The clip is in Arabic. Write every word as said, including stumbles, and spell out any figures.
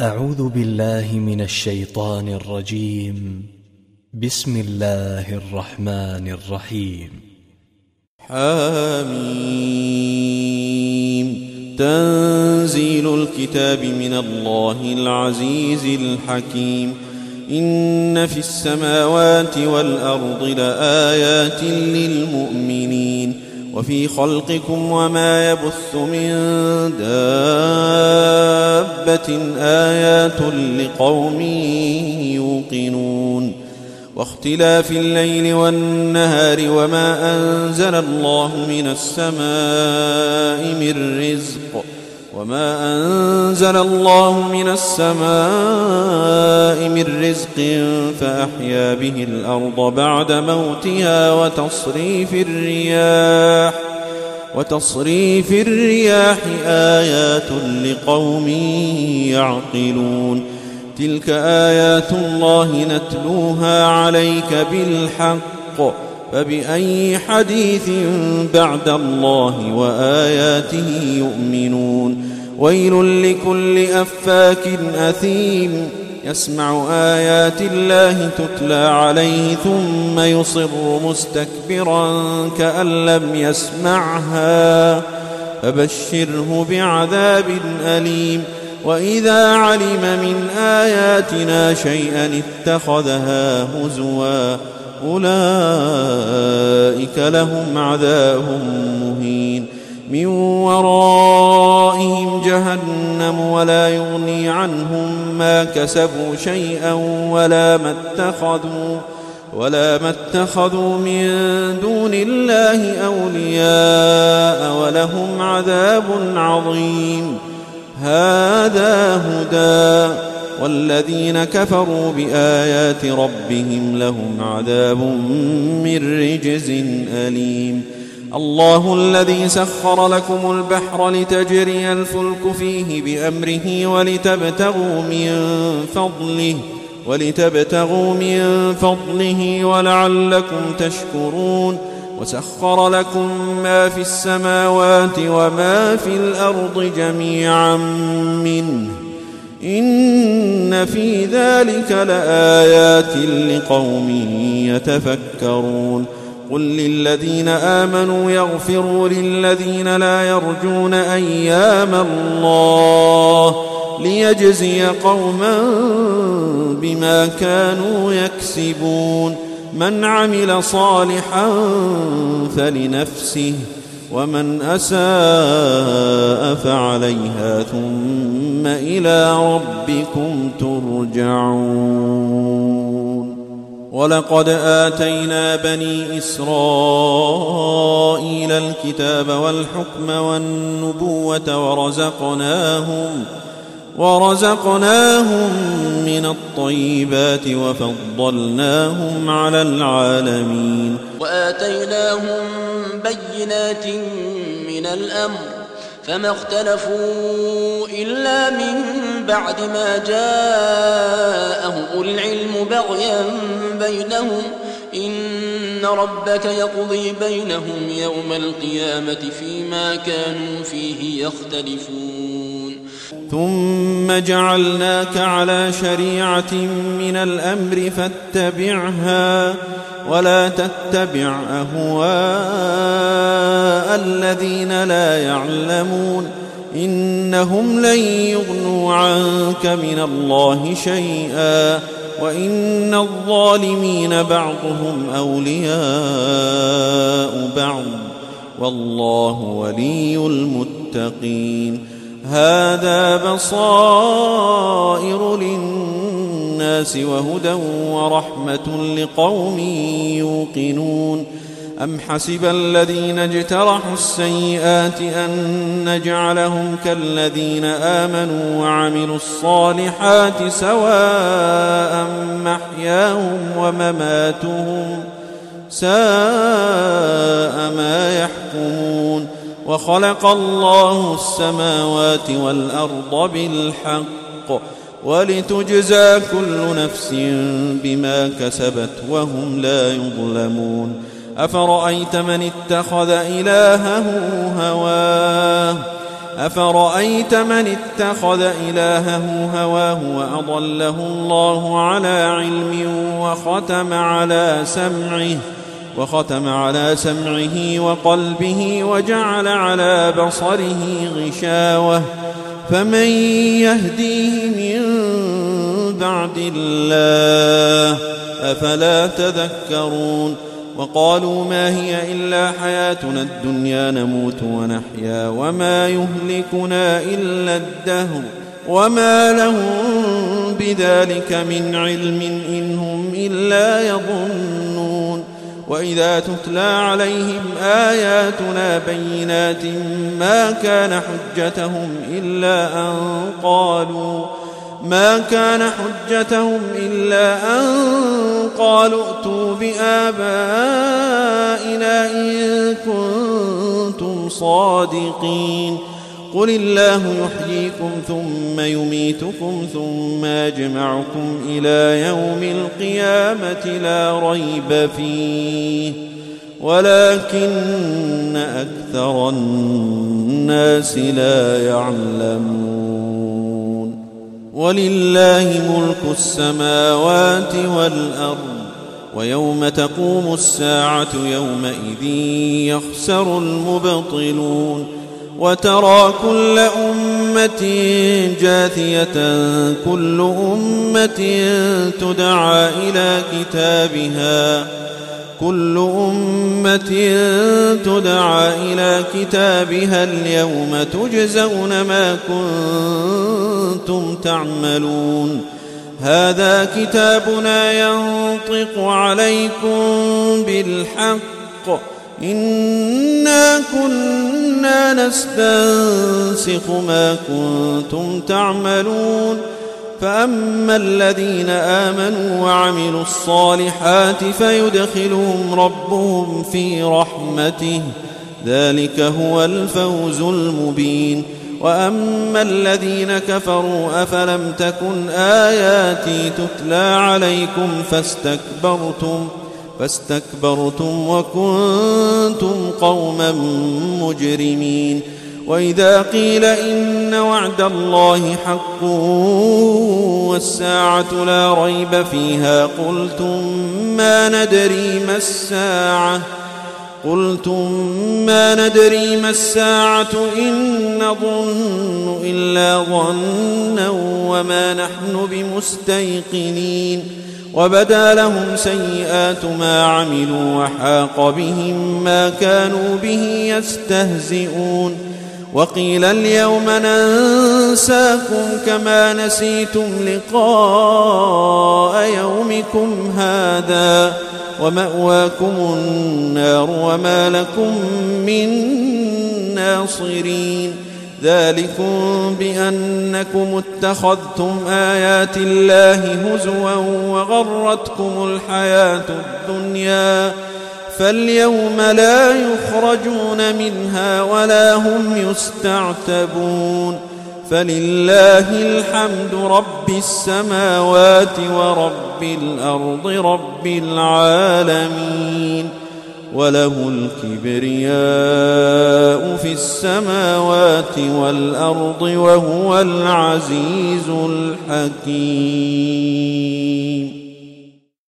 أعوذ بالله من الشيطان الرجيم. بسم الله الرحمن الرحيم. حميم. تنزيل الكتاب من الله العزيز الحكيم. إن في السماوات والأرض لآيات للمؤمنين وفي خلقكم وما يبث من دابة آيات لقوم يوقنون. واختلاف الليل والنهار وما أنزل الله من السماء من رزق وما أنزل الله من السماء من رزق فأحيا به الأرض بعد موتها وتصريف الرياح وتصريف الرياح آيات لقوم يعقلون. تلك آيات الله نتلوها عليك بالحق فبأي حديث بعد الله وآياته يؤمنون. ويل لكل أفاك أثيم يسمع آيات الله تتلى عليه ثم يصر مستكبرا كأن لم يسمعها فبشره بعذاب أليم. وإذا علم من آياتنا شيئا اتخذها هزوا أولئك لهم عذاب مهين. من ورائهم جهنم ولا يغني عنهم ما كسبوا شيئا ولا ما اتخذوا ولا ما اتخذوا من دون الله أولياء ولهم عذاب عظيم. هذا هدى والذين كفروا بآيات ربهم لهم عذاب من رجز أليم. الله الذي سخر لكم البحر لتجري الفلك فيه بأمره ولتبتغوا من فضله ولتبتغوا من فضله ولعلكم تشكرون. وسخر لكم ما في السماوات وما في الأرض جميعا منه إن في ذلك لآيات لقوم يتفكرون. قل للذين آمنوا يغفروا للذين لا يرجون أيام الله ليجزي قوما بما كانوا يكسبون. من عمل صالحا فلنفسه ومن أساء فعليها ثم إلى ربكم ترجعون. ولقد آتينا بني إسرائيل الكتاب والحكم والنبوة ورزقناهم ورزقناهم من الطيبات وفضلناهم على العالمين. وآتيناهم بينات من الأمر فما اختلفوا إلا من بعد ما جاءهم العلم بغيا بينهم إن ربك يقضي بينهم يوم القيامة فيما كانوا فيه يختلفون. ثم جعلناك على شريعة من الأمر فاتبعها ولا تتبع أهواء الذين لا يعلمون إنهم لن يغنوا عنك من الله شيئا وإن الظالمين بعضهم أولياء بعض والله ولي المتقين. هذا بصائر للناس وهدى ورحمة لقوم يوقنون. أم حسب الذين اجترحوا السيئات أن نجعلهم كالذين آمنوا وعملوا الصالحات سواء محياهم ومماتهم ساء ما يحكمون. وخلق الله السماوات والأرض بالحق ولتجزى كل نفس بما كسبت وهم لا يظلمون. أفرأيت من اتخذ إلهه هواه أفرأيت من اتخذ إلهه هواه وأضله الله على علم وختم على سمعه وختم على سمعه وقلبه وجعل على بصره غشاوة فمن يهديه من بعد الله أفلا تذكرون وقالوا ما هي إلا حياتنا الدنيا نموت ونحيا وما يهلكنا إلا الدهر وما لهم بذلك من علم إن هم إلا يظنون وإذا تتلى عليهم آياتنا بينات ما كان حجتهم إلا أن قالوا ما كان حجتهم إلا أن قالوا ائتوا بآبائنا إن كنتم صادقين قل الله يحييكم ثم يميتكم ثم يجمعكم إلى يوم القيامة لا ريب فيه ولكن أكثر الناس لا يعلمون ولله ملك السماوات والأرض ويوم تقوم الساعة يومئذ يخسر المبطلون وترى كل أمة جاثية كل أمة تدعى إلى كتابها كل أمة تدعى إلى كتابها اليوم تجزون ما كنتم تعملون هذا كتابنا ينطق عليكم بالحق إنا كنا نستنسخ ما كنتم تعملون فأما الذين آمنوا وعملوا الصالحات فيدخلهم ربهم في رحمته ذلك هو الفوز المبين وأما الذين كفروا أفلم تكن آياتي تتلى عليكم فاستكبرتم فاستكبرتم وكنتم قوما مجرمين وإذا قيل إن وعد الله حق والساعة لا ريب فيها قلتم ما ندري ما الساعة قلتم ما ندري ما الساعة إن نظن إلا ظنا وما نحن بمستيقنين وبدا لهم سيئات ما عملوا وحاق بهم ما كانوا به يستهزئون وقيل اليوم ننساكم كما نسيتم لقاء يومكم هذا ومأواكم النار وما لكم من ناصرين ذلكم بأنكم اتخذتم آيات الله هزوا وغرتكم الحياة الدنيا فاليوم لا يخرجون منها ولا هم يستعتبون فلله الحمد رب السماوات ورب الأرض رب العالمين وله الكبرياء في السماوات والأرض وهو العزيز الحكيم.